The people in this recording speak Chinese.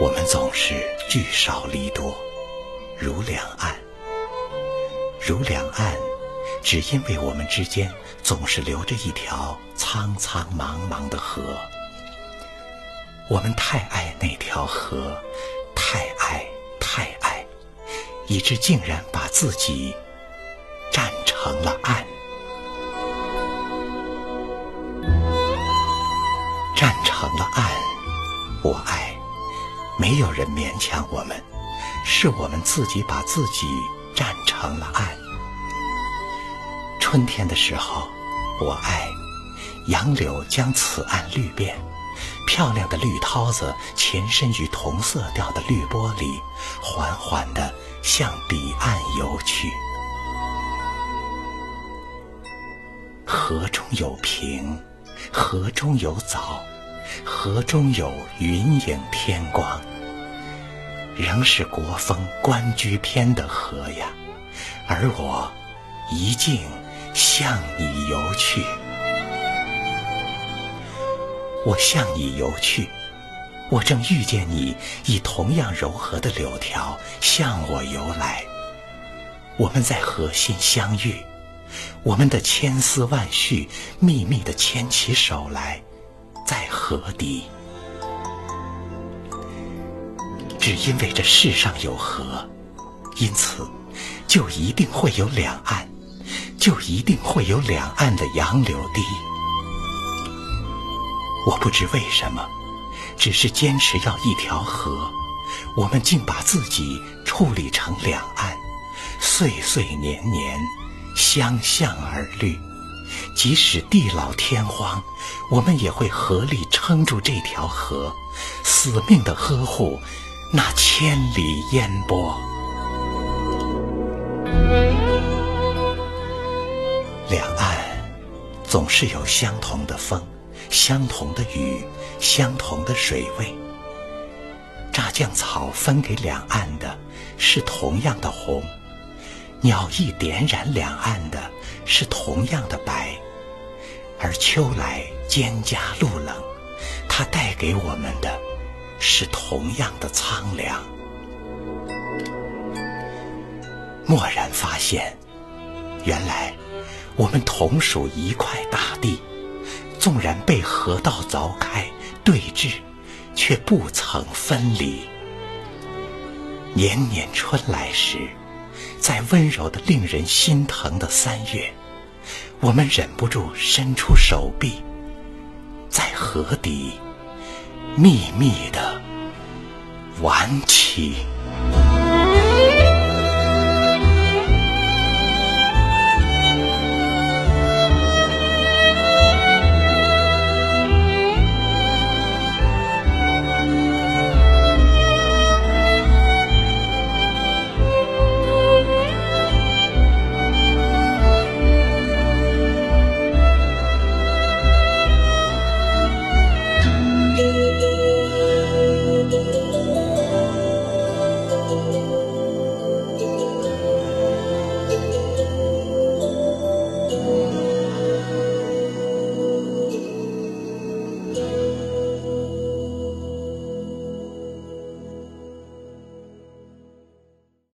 我们总是聚少离多，如两岸，只因为我们之间总是流着一条苍苍茫茫的河。我们太爱那条河，太爱，以致竟然把自己站成了岸。站成了岸，我爱，没有人勉强我们，是我们自己把自己站成了岸。春天的时候，我爱，杨柳将此岸绿遍，漂亮的绿涛子潜身于同色调的绿波里，缓缓地向彼岸游去。河中有萍，河中有藻，河中有云影天光，仍是国风关雎篇的河呀，而我一径向你游去。我向你游去，我正遇见你以同样柔和的柳条向我游来。我们在河心相遇，我们的千丝万绪秘密地牵起手来，在河底。只因为这世上有河，因此就一定会有两岸，就一定会有两岸的杨柳堤。我不知为什么，只是坚持要一条河，我们竟把自己处理成两岸，岁岁年年相向而绿。即使地老天荒，我们也会合力撑住这条河，死命地呵护那千里烟波。两岸总是有相同的风，相同的雨，相同的水位。炸酱草分给两岸的是同样的红，鸟意点染两岸的是同样的白。而秋来蒹葭露冷，它带给我们的是同样的苍凉。蓦然发现，原来我们同属一块大地，纵然被河道凿开对峙，却不曾分离。年年春来时，在温柔的令人心疼的3月，我们忍不住伸出手臂，在河底秘密地玩起。